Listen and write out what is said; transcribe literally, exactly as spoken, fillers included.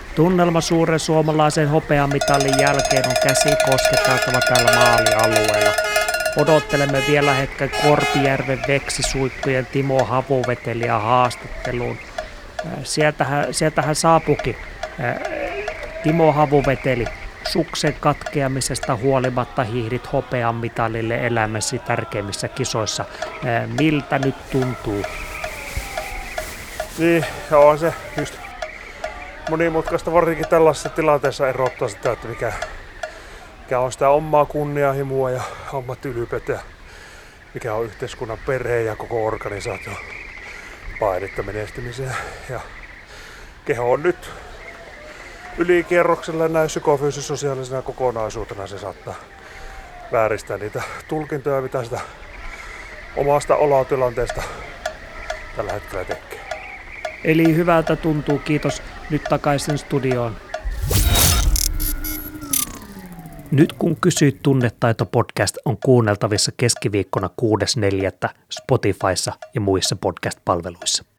Tunnelma suuren suomalaisen hopeamitalin jälkeen on käsi kosketeltava täällä maalialueella. Odottelemme vielä hetken Korpijärven veksisuikkujen Timo Havuveteliä haastatteluun. Sieltähän, sieltähän saapukin Timo Havuveteli. Suksen katkeamisesta huolimatta hiihdit hopeamitalille elämäsi tärkeimmissä kisoissa. Miltä nyt tuntuu? Niin, on se just monimutkaista varsinkin tällaisessa tilanteessa erottaa sitä, että mikä, mikä on sitä omaa kunnianhimoa ja ammattiylpeyttä ja mikä on yhteiskunnan perhe ja koko organisaation painetta menestymiseen. Ja keho on nyt ylikierroksella näin psykofyysis-sosiaalisena kokonaisuutena, se saattaa vääristää niitä tulkintoja, mitä sitä omasta olotilanteesta tällä hetkellä tekee. Eli hyvältä tuntuu, kiitos. Nyt takaisin studioon. Nyt kun kysyit Tunnetaito-podcast on kuunneltavissa keskiviikkona kuudes neljättä Spotifyssa ja muissa podcast-palveluissa.